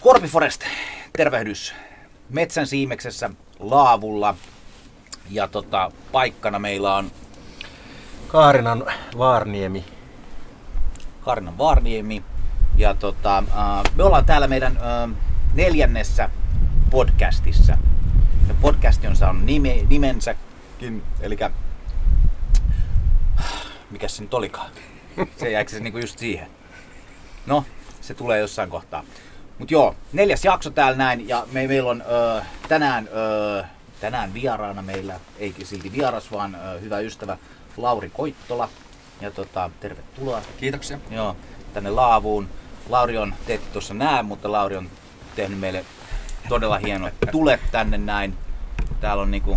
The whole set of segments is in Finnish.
Scorpiforest, tervehdys. Metsän siimeksessä Laavulla. Ja paikkana meillä on Kaarinan Vaarniemi. Ja me ollaan täällä meidän 4. podcastissa. Ja podcasti on saanut nimensäkin, elikkä mikäs se nyt olikaan? Se jäikö se niinku just siihen? No, se tulee jossain kohtaa. Mut joo, 4. jakso täällä näin, ja meillä on tänään vieraana meillä, ei silti vieras, vaan hyvä ystävä Lauri Koittola. Ja tervetuloa. Kiitoksia. Joo, tänne Laavuun. Lauri on, te ette tuossa näe, mutta Lauri on tehnyt meille todella hienoa tulet tänne näin. Täällä on niinku...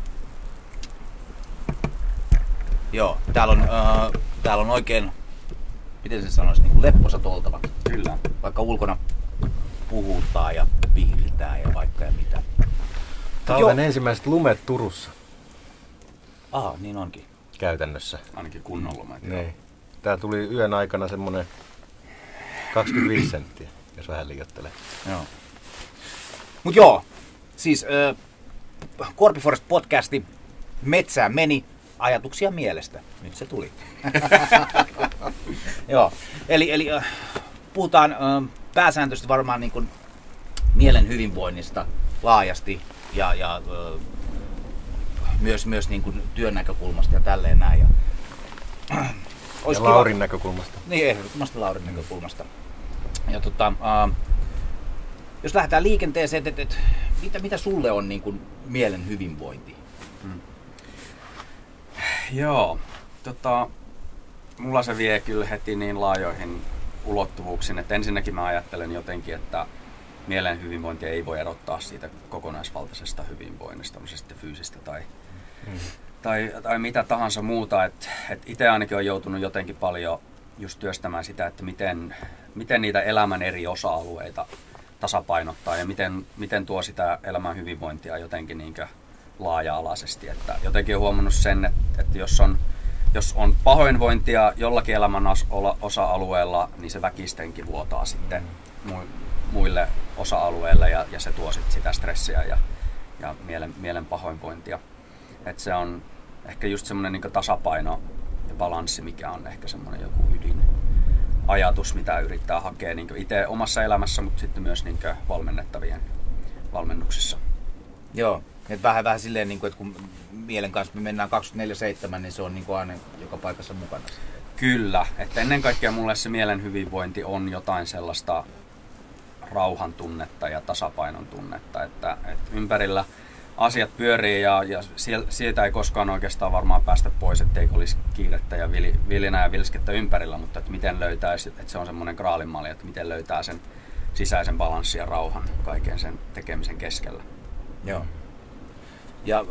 Joo, täällä on oikein, miten se sanoisi, niinku lepposat oltavat. Kyllä. Vaikka ulkona puhuttaa ja vihritää ja vaikka ja mitä. Talven ensimmäiset lumet Turussa. Aha, niin onkin. Käytännössä. Ainakin kunnon lumet. Niin. Tää tuli yön aikana semmonen 25 senttiä, jos vähän liioittelee. Joo. Mut joo, siis Scorpiforest podcasti, metsään meni, ajatuksia mielestä. Nyt se tuli. Joo, eli puhutaan pääsääntöisesti varmaan niin kuin mielen hyvinvoinnista laajasti ja myös niin kuin työn näkökulmasta ja tälleen näin. Ja Laurin näkökulmasta. Niin, ehdottomasti Laurin näkökulmasta. Ja jos lähdetään liikenteeseen, mitä sulle on niin kuin mielen hyvinvointi? Joo, mulla se vie kyllä heti niin laajoihin ulottuvuuksiin, että ensinnäkin mä ajattelen jotenkin, että mielen hyvinvointi ei voi erottaa siitä kokonaisvaltaisesta hyvinvoinnista, on se sitten fyysistä tai mitä tahansa muuta. Et itse ainakin on joutunut jotenkin paljon just työstämään sitä, että miten niitä elämän eri osa-alueita tasapainottaa ja miten tuo sitä elämän hyvinvointia jotenkin niinkö laaja-alaisesti. Että jotenkin olen huomannut sen, että jos on pahoinvointia jollakin elämän osa-alueella, niin se väkistenkin vuotaa sitten muille osa-alueille ja se tuo sitten sitä stressiä ja mielen pahoinvointia. Että se on ehkä just semmoinen niin tasapaino ja balanssi, mikä on ehkä semmoinen joku ydinajatus, mitä yrittää hakea niin itse omassa elämässä, mutta sitten myös niin valmennettavien valmennuksissa. Joo, että vähän silleen, niin kuin, että kun mielen kanssa me mennään 24/7, niin se on niin kuin aina joka paikassa mukana. Kyllä, että ennen kaikkea mulle se mielen hyvinvointi on jotain sellaista rauhan tunnetta ja tasapainon tunnetta, että ympärillä asiat pyörii ja siitä ei koskaan oikeastaan varmaan päästä pois, etteikö olisi kiirettä ja vilinää ja vilskettä ympärillä, mutta että miten löytäisi, että se on semmoinen graalinmalli, että miten löytää sen sisäisen balanssin ja rauhan kaiken sen tekemisen keskellä. Joo. Ja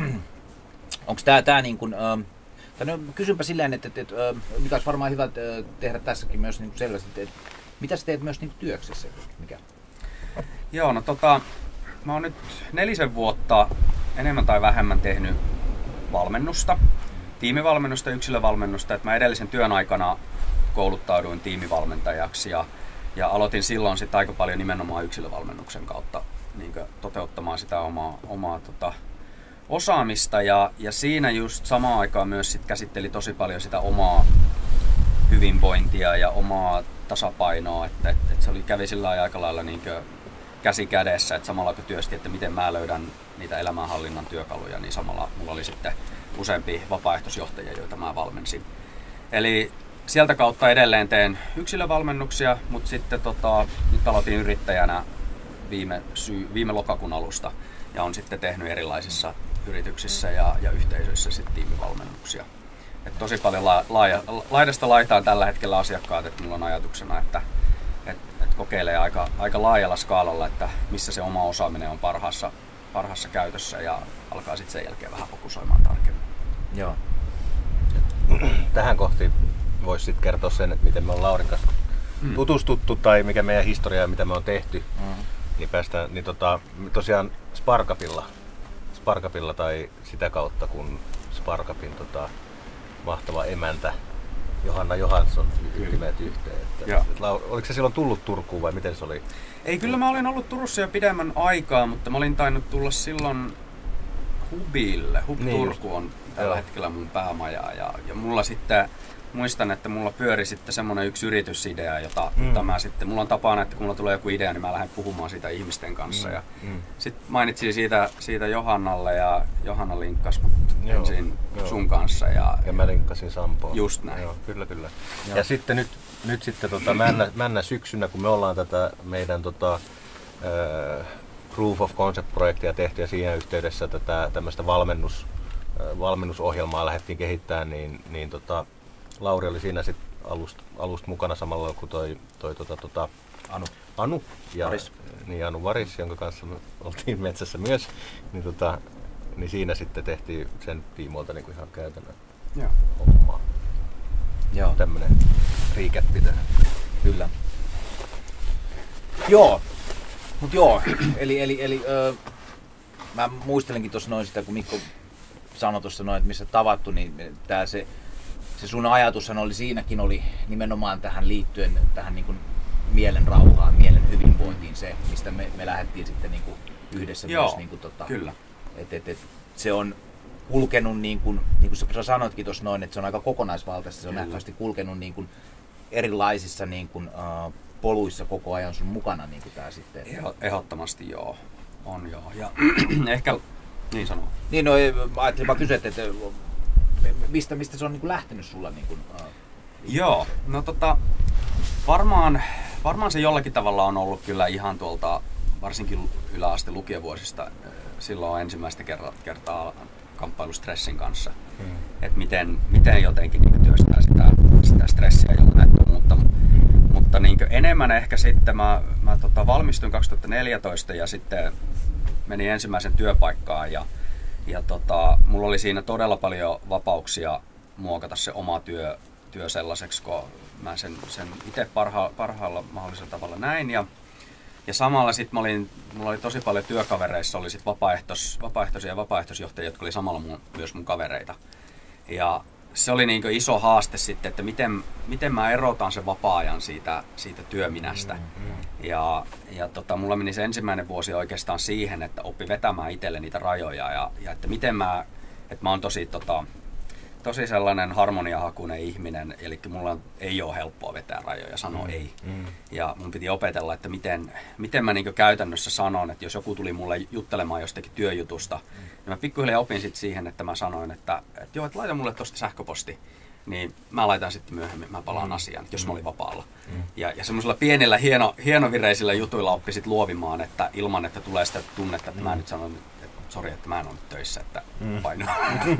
onko tää niin kuin, kysynpä silleen, että mikä olisi varmaan hyvä tehdä tässäkin myös niin kuin selvästi, että mitä sä teet myös niin kuin työksessä? Mikä? Joo, no mä oon nyt 4 vuotta enemmän tai vähemmän tehnyt valmennusta, tiimivalmennusta, yksilövalmennusta. Että mä edellisen työn aikana kouluttauduin tiimivalmentajaksi ja aloitin silloin sit aika paljon nimenomaan yksilövalmennuksen kautta niin toteuttamaan sitä omaa osaamista. Ja siinä just samaan aikaan myös sit käsitteli tosi paljon sitä omaa hyvinvointia ja omaa tasapainoa. Että se kävi sillä lailla aika lailla niin käsi kädessä, että samalla kun työsti, että miten mä löydän niitä elämänhallinnan työkaluja, niin samalla mulla oli sitten useampia vapaaehtoisjohtajia, joita mä valmensin. Eli sieltä kautta edelleen teen yksilövalmennuksia, mutta sitten nyt aloitin yrittäjänä viime lokakuun alusta ja on sitten tehnyt erilaisissa yrityksissä ja yhteisöissä sitten tiimivalmennuksia. Et tosi paljon laidasta laitaan tällä hetkellä asiakkaat, että mulla on ajatuksena, että kokeilee aika laajalla skaalalla, että missä se oma osaaminen on parhaassa käytössä ja alkaa sitten sen jälkeen vähän fokusoimaan tarkemmin. Joo. Tähän kohti voisi sitten kertoa sen, että miten me on Laurin kanssa tutustuttu tai mikä meidän historia ja mitä me on tehty. Niin päästään tosiaan Sparkapilla tai sitä kautta, kun Sparkapin mahtava emäntä Johanna Johansson yhtimeet yhteen. Oliko se silloin tullut Turkuun vai miten se oli? Ei, kyllä mä olin ollut Turussa jo pidemmän aikaa, mutta mä olin tainnut tulla silloin Hubille. Hub niin Turku on tällä hetkellä mun päämaja ja mulla sitten, muistan, että mulla pyöri sitten semmoinen yksi yritysidea, jota mä sitten, mulla on tapana, että kun mulla tulee joku idea, niin mä lähden puhumaan siitä ihmisten kanssa. Sitten mainitsin siitä Johannalle ja Johanna linkkasi ensin sun kanssa. Ja mä linkkasin Sampoon. Just näin. Joo, kyllä. Ja sitten nyt sitten männä syksynä, kun me ollaan tätä meidän Proof of Concept-projektia tehty ja siinä yhteydessä tätä tämmöistä valmennusohjelmaa lähdettiin kehittämään, niin Lauri oli siinä sitten alusta mukana samalla kuin toi Anu ja Varis. Niin Anu Varis, jonka kanssa me oltiin metsässä myös, niin siinä sitten tehtiin sen tiimoilta niin kuin ihan käytännön hommaa. Joo. Tämmönen recappi tähän. Kyllä. Joo. Mut joo, eli mä muistelenkin tuossa noin sitä, kun Mikko sanoi tuossa noin, että missä tavattu, niin tää se sun ajatushan oli siinäkin oli nimenomaan tähän liittyen tähän niin kuin mielen rauhaan, mielen hyvinvointiin se, mistä me lähdettiin sitten niin kuin yhdessä joo, myös niin kuin kyllä. Et se on kulkenut niin kuin sä sanoitkin tuossa noin, että se on aika kokonaisvaltaista, se on nähtävästi kulkenut niin kuin erilaisissa niin kuin poluissa koko ajan sun mukana niin kuin tää sitten. Ehdottomasti joo. On joo. Ja ehkä niin sanoo. Niin no, ajattelin vaan kysyä, että mistä se on niin kuin lähtenyt sulla niin kuin, Joo, no varmaan se jollakin tavalla on ollut kyllä ihan tuolta varsinkin yläaste lukiovuosista silloin ensimmäistä kertaa kamppailu stressin kanssa. Että miten jotenkin niin työstää sitä stressiä ja unettomuutta. Mutta niin enemmän ehkä sitten mä valmistuin 2014 ja sitten menin ensimmäisen työpaikkaan ja mulla oli siinä todella paljon vapauksia muokata se oma työ sellaiseksi, kun mä sen itse parhaalla mahdollisella tavalla näin. Ja samalla sitten mulla oli tosi paljon työkavereissa, oli sit vapaaehtoisia ja vapaaehtoisjohtajia, jotka oli samalla myös mun kavereita. Ja se oli niin iso haaste sitten, että miten mä erotan sen vapaa-ajan siitä työminästä. Ja mulla meni se ensimmäinen vuosi oikeastaan siihen, että oppi vetämään itselle niitä rajoja ja että miten mä oon tosi sellainen harmoniahakuinen ihminen, eli mulla ei ole helppoa vetää rajoja, sanoa ei. Ja mun piti opetella, että miten mä niin käytännössä sanon, että jos joku tuli mulle juttelemaan jostakin työjutusta, niin mä pikkuhiljaa opin sitten siihen, että mä sanoin, että joo, että laita mulle tosta sähköposti, niin mä laitan sitten myöhemmin, mä palaan asiaan, jos mä olin vapaalla. Ja semmoisella pienellä hienovireisillä jutuilla oppi sit luovimaan, että ilman, että tulee sitä tunnetta, että mä nyt sanon, sori, että mä en ole nyt töissä, että painoa.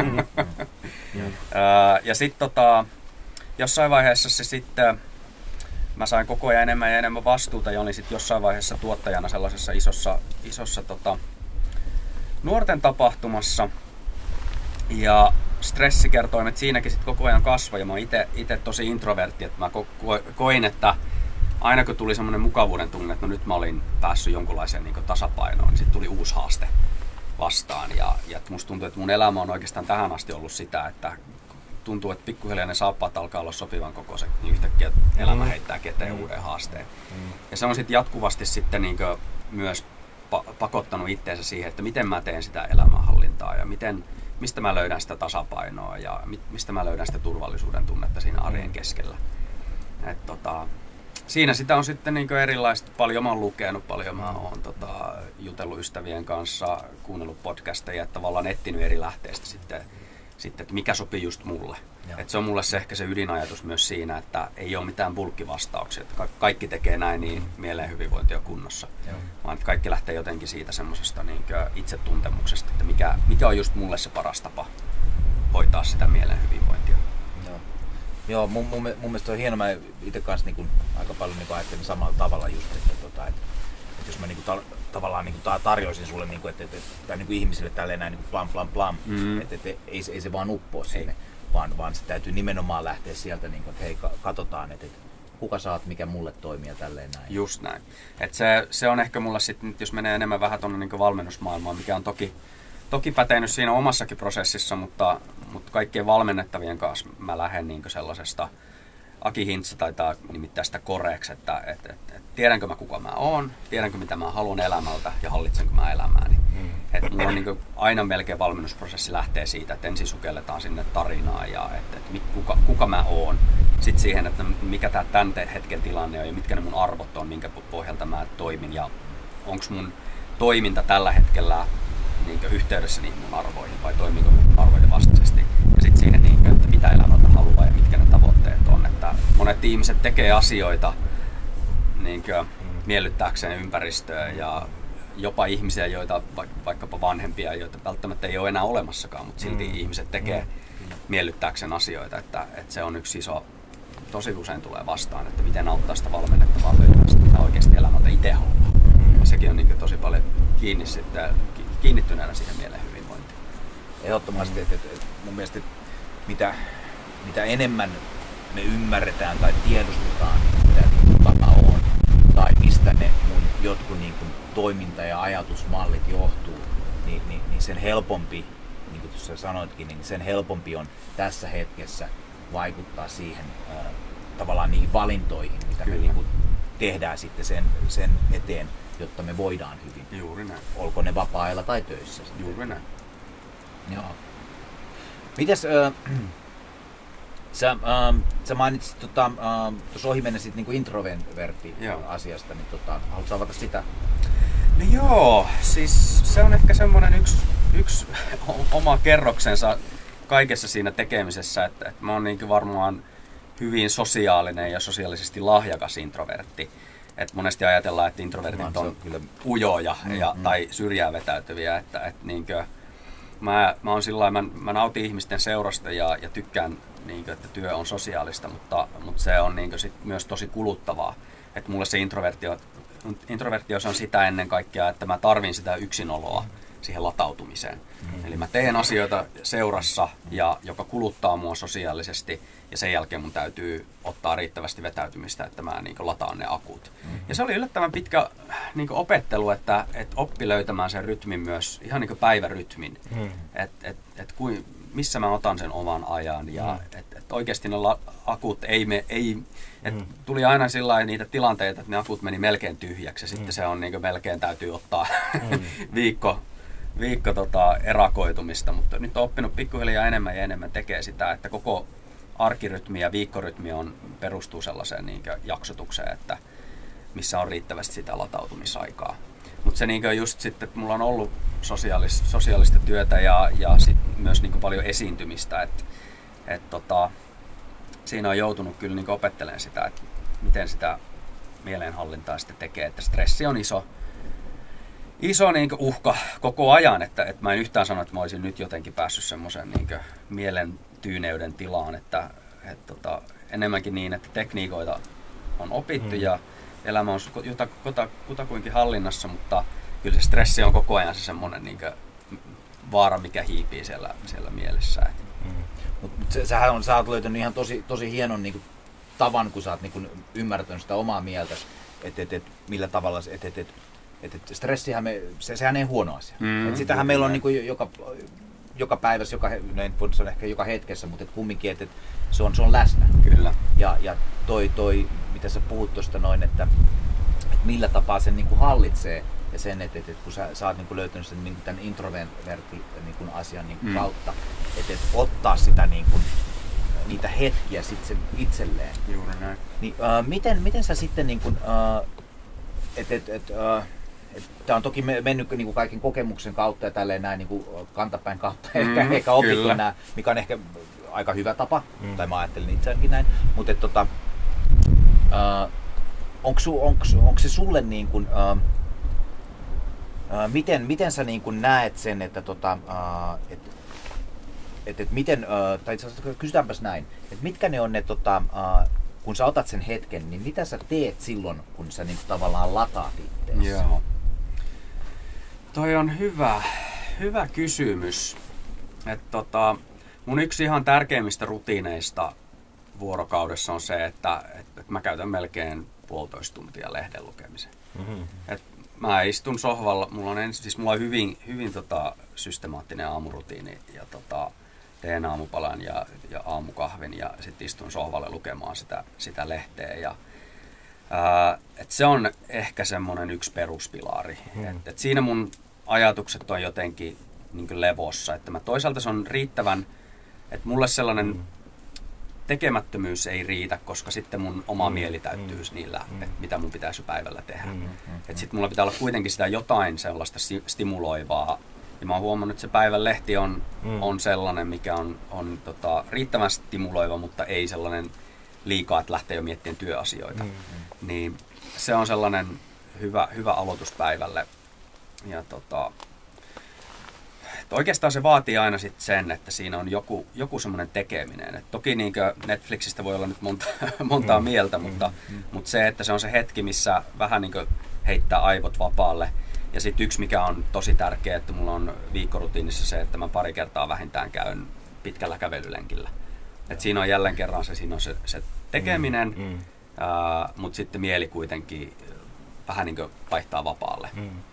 Ja sitten jossain vaiheessa se sitten, mä sain koko ajan enemmän ja enemmän vastuuta ja olin sitten jossain vaiheessa tuottajana sellaisessa isossa nuorten tapahtumassa. Ja stressikertoimet siinäkin sitten koko ajan kasvoi ja mä oon itse tosi introvertti, että mä koin, että aina kun tuli semmoinen mukavuuden tunne, että no nyt mä olin päässyt jonkunlaiseen niin tasapainoon, niin sitten tuli uusi haaste vastaan. Ja musta tuntuu, että mun elämä on oikeastaan tähän asti ollut sitä, että tuntuu, että pikkuhiljaa ne saappaat alkaa olla sopivan kokoiset, niin yhtäkkiä elämä heittää eteen uuden haasteen. Ja se on sitten jatkuvasti sitten niin myös pakottanut itteensä siihen, että miten mä teen sitä elämänhallintaa ja mistä mä löydän sitä tasapainoa ja mistä mä löydän sitä turvallisuuden tunnetta siinä arjen keskellä. Siinä sitä on sitten niin erilaista, paljon mä oon lukenut, paljon mä oon jutellut ystävien kanssa, kuunnellut podcasteja, että tavallaan etsinyt eri lähteistä sitten että mikä sopii just mulle. Et se on mulle ehkä se ydinajatus myös siinä, että ei ole mitään bulkkivastauksia, että kaikki tekee näin, niin mieleen hyvinvointi on kunnossa. Vaan että kaikki lähtee jotenkin siitä semmoisesta niin itsetuntemuksesta, että mikä on just mulle se paras tapa hoitaa sitä mieleen hyvinvointia. Joo, mun mielestä on hienoa, mä itse kanssa niin aika paljon niin ajattelin samalla tavalla just, että jos mä niin tavallaan niin tarjoisin sulle, niin tai niin ihmisille tälleen näin niin plam, että ei se vaan uppoa sinne, vaan se täytyy nimenomaan lähteä sieltä, niin kuin, että hei, katsotaan, että kuka saat, mikä mulle toimii ja tälleen näin. Just näin. Et se on ehkä mulla sitten, jos menee enemmän vähän tuonne niin valmennusmaailmaan, mikä on toki pätenyt siinä omassakin prosessissa, mutta kaikkien valmennettavien kanssa mä lähden niin sellaisesta, Aki Hintsa taitaa nimittää sitä koreeksi, että tiedänkö mä kuka mä oon, tiedänkö mitä mä haluan elämältä ja hallitsenko mä elämääni. Että mulla on niin aina melkein valmennusprosessi lähtee siitä, että ensin sukelletaan sinne tarinaan ja kuka mä oon. Sitten siihen, että mikä tämä tämän hetken tilanne on ja mitkä ne mun arvot on, minkä pohjalta mä toimin ja onko mun toiminta tällä hetkellä niin yhteydessä niihin mun arvoihin vai toiminko mun arvoiden vastaisesti. Ja sitten siihen, niin, että mitä elämältä haluaa ja mitkä ne tavoitteet on. Että monet ihmiset tekee asioita niin miellyttääkseen ympäristöä ja jopa ihmisiä, joita vaikkapa vanhempia, joita välttämättä ei ole enää olemassakaan, mutta silti ihmiset tekee miellyttääkseen asioita. Että se on yksi iso, tosi usein tulee vastaan, että miten auttaa sitä valmennettavaa löytämään sitä, mitä oikeasti elämältä itse haluaa. Ja sekin on niin tosi paljon kiinnittyneenä siihen mielen hyvinvointiin. Ehdottomasti, että mun mielestä mitä enemmän me ymmärretään tai tiedostetaan, mitä mä oon, tai mistä ne mun jotkut niin kuin toiminta- ja ajatusmallit johtuu, niin sen helpompi, niin kuin tuossa sanoitkin, niin sen helpompi on tässä hetkessä vaikuttaa siihen tavallaan niihin valintoihin, mitä me niin kuin tehdään sitten sen eteen, jotta me voidaan hyvin. Juuri näin. Olko ne vapaa-ajalla tai töissä. Juuri näin. Joo. Mites sä mainitsit tuossa ohi mennä niinku introvertti-asiasta, niin haluatko avata sitä? No joo, siis se on ehkä semmoinen yksi oma kerroksensa kaikessa siinä tekemisessä, että mä oon niin varmaan hyvin sosiaalinen ja sosiaalisesti lahjakas introvertti. Et monesti ajatellaan, että introvertit on kyllä ujoja tai syrjään vetäytyviä. Että niinkö, mä oon sillain, mä nautin ihmisten seurasta ja tykkään, niinkö, että työ on sosiaalista, mutta se on niinkö sit myös tosi kuluttavaa. Et mulle se introverttius on sitä ennen kaikkea, että mä tarvin sitä yksinoloa siihen latautumiseen. Eli mä teen asioita seurassa, joka kuluttaa mua sosiaalisesti, ja sen jälkeen mun täytyy ottaa riittävästi vetäytymistä, että mä niin lataan ne akut. Ja se oli yllättävän pitkä niin opettelu, että oppi löytämään sen rytmin myös, ihan niin päivärytmin. Missä mä otan sen oman ajan, ja oikeasti ne akut tuli aina niitä tilanteita, että ne akut meni melkein tyhjäksi, ja sitten se on niin melkein täytyy ottaa viikko erakoitumista, mutta nyt on oppinut pikkuhiljaa enemmän ja enemmän tekee sitä, että koko arkirytmi ja viikkorytmi perustuu sellaiseen jaksotukseen, että missä on riittävästi sitä latautumisaikaa. Mutta se just sitten, että mulla on ollut sosiaalista työtä ja sit myös paljon esiintymistä, että siinä on joutunut kyllä opettelemaan sitä, että miten sitä mielenhallintaa sitten tekee, että stressi on iso uhka koko ajan, että mä en yhtään sano, että mä olisin nyt jotenkin päässyt semmoisen mielen tyyneyden tilaan, että enemmänkin niin, että tekniikoita on opittu ja elämä on kutakuinkin hallinnassa, mutta kyllä se stressi on koko ajan se semmoinen vaara, mikä hiipii siellä mielessä. Sä oot löytänyt ihan tosi hienon tavan, kun sä oot ymmärtänyt sitä omaa mieltäsi, että millä tavalla stressihän sehän ei huono asia. Sitähän meillä on joka päivässä, en voi sanoa ehkä joka hetkessä, mutta kumminkin, että se on läsnä. Kyllä. Ja toi mitä sä puhut tuosta noin, että millä tapaa sen hallitsee ja sen, että kun sä oot löytänyt sen tämän introvertti asian kautta, että ottaa sitä niitä hetkiä sitten itselleen. Juuri näin. Niin, miten sä sitten tämä on toki mennyt kaiken kokemuksen kautta ja tälleen näin kantapäin kautta ehkä opittu nämä, mikä on ehkä aika hyvä tapa, tai mä ajattelin itseäänkin näin, mutta onko se sulle miten sä näet sen, että miten, tai kysytäänpäs näin, että mitkä ne on ne kun sä otat sen hetken, niin mitä sä teet silloin, kun sä tavallaan lataat itteesi? Joo. Toi on hyvä kysymys. Mun yksi ihan tärkeimmistä rutiineista vuorokaudessa on se, että mä käytän melkein 1,5 tuntia lehden lukemiseen. Mä istun sohvalla, mulla on hyvin systemaattinen aamurutiini ja teen aamupalan ja aamukahvin ja sitten istun sohvalle lukemaan sitä lehteä. Ja, et se on ehkä semmoinen yksi peruspilari. Et siinä mun ajatukset on jotenkin niin kuin levossa. Että toisaalta se on riittävän, että mulle sellainen tekemättömyys ei riitä, koska sitten mun oma mieli täyttyy niillä, että mitä mun pitäisi päivällä tehdä. Että sitten mulla pitää olla kuitenkin sitä jotain sellaista stimuloivaa. Ja mä oon huomannut, että se päivän lehti on sellainen, mikä on riittävän stimuloiva, mutta ei sellainen liikaa, että lähtee jo miettimään työasioita. Niin se on sellainen hyvä aloitus päivälle. Ja oikeastaan se vaatii aina sit sen, että siinä on joku semmoinen tekeminen. Et toki niinkö Netflixistä voi olla nyt montaa mieltä, mutta se, että se on se hetki, missä vähän niinkö heittää aivot vapaalle. Ja sitten yksi, mikä on tosi tärkeä, että mulla on viikkorutiinissa se, että mä pari kertaa vähintään käyn pitkällä kävelylenkillä. Et siinä on jälleen kerran siinä on se tekeminen, mutta sitten mieli kuitenkin vähän niinkö vaihtaa vapaalle.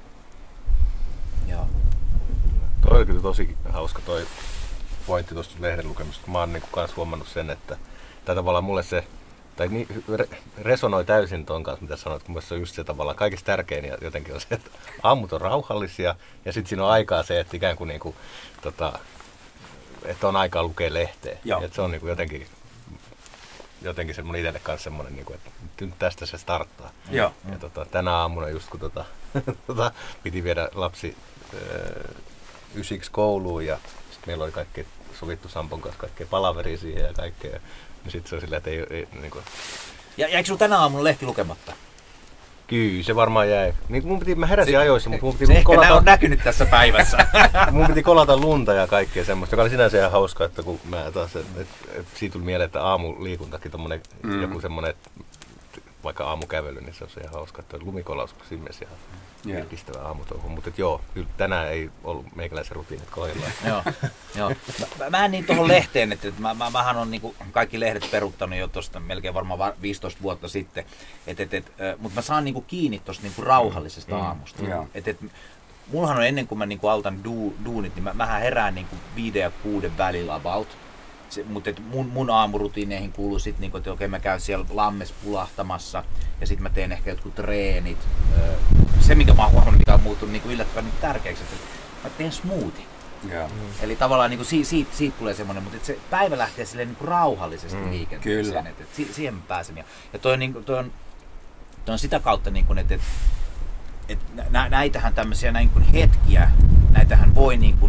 Joo. Toi oli kyllä tosi hauska toi pointti tuosta lehden lukemista. Mä oon niinku kans huomannut sen, että tavallaan mulle se resonoi täysin ton kanssa, mitä sanoit, kun mun se on just se tavallaan kaikista tärkein ja jotenkin on se, että aamut on rauhallisia ja sitten siinä on aikaa se, että ikään kuin että on aikaa lukea lehteä. Että se on niinku jotenkin semmoinen itselle kanssa semmoinen, niinku, että nyt tästä se starttaa. Ja tänä aamuna just kun piti viedä lapsi ysiksi kouluun ja sitten meillä oli kaikki sovittu Sampon kanssa kaikkea palaveria siihen ja kaikkea. Ja sitten se on silleen, että ei niinku... Ja jäikö sinulla tänä aamuna lehti lukematta? Kyllä, se varmaan jäi. Niin, mä heräsin ajoissa, mutta mun piti se kolata... ehkä on näkynyt tässä päivässä. Mun piti kolata lunta ja kaikkea semmoista, joka oli sinänsä ihan hauska, että kun mä taas, siitä tuli mieleen, että aamuliikuntakin tommonen joku semmonen, vaikka aamukävely, niin se on ihan hauska, että lumikolaus siinä mielessä ihan virkistävä aamutouhu. Mutta joo, kyllä tänään ei ollut meikäläisen rutiinit kohdillaan. Joo. Mä en niin tuohon lehteen, että mähän on niinku kaikki lehdet peruuttanut jo tuosta melkein varmaan 15 vuotta sitten. Mutta mä saan niinku kiinni tuosta niinku rauhallisesta aamusta. Mullahan on ennen kuin mä niinku aloitan duunit, niin mähän herään niinku 5 ja 6 välillä about. Mutta mun aamurutiineihin kuuluu sitten, niinku, että okei, mä käyn siellä lammes pulahtamassa ja sitten mä teen ehkä jotkut treenit. Se, mikä mä oon huomannut, mikä on muuttunut niinku yllättävän niinku tärkeäksi, että mä teen smoothie. Eli tavallaan niinku siitä tulee semmoinen, mutta se päivä lähtee silleen niinku rauhallisesti liikenteeseen. Siihen mä pääsen. Ja toi on sitä kautta, niinku, että näitähän tämmöisiä niinku hetkiä, näitähän voi niinku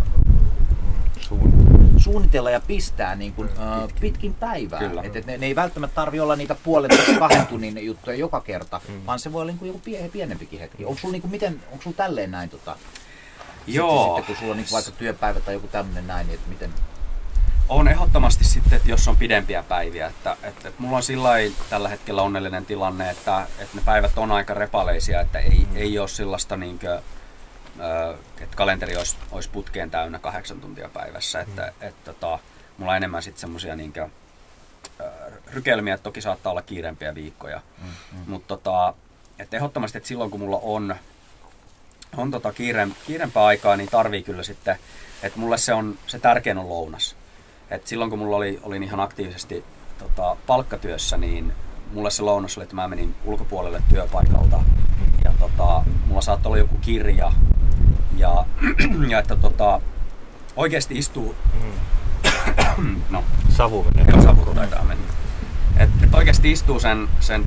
suunnitella ja pistää niin kuin, pitkin päivää. Ne ei välttämättä tarvitse olla niitä 1,5–2 tunnin juttuja joka kerta, vaan se voi olla niin kuin joku pienempikin hetki. Onko sulla niin tälleen näin? Joo. Sitten kun sulla on niin vaikka työpäivä tai joku tämmöinen näin, niin että miten... On ehdottomasti sitten, että jos on pidempiä päiviä. Että mulla on sillai tällä hetkellä onnellinen tilanne, että ne päivät on aika repaleisia, että ei ole sellaista niinkö... että kalenteri olisi putkeen täynnä 8 tuntia päivässä, että mulla on enemmän sitten semmosia niinkö rykelmiä, että toki saattaa olla kiireempiä viikkoja, mutta että ehdottomasti, että silloin kun mulla on kiireempää aikaa, niin tarvii kyllä sitten, että mulle se tärkein on lounas, että silloin kun mulla olin ihan aktiivisesti palkkatyössä, niin mulle se lounas oli, että mä menin ulkopuolelle työpaikalta ja mulla saattoi olla joku kirja ja että oikeesti istuu no savu menee. Savu taitaa mennä. Et oikeesti istuu sen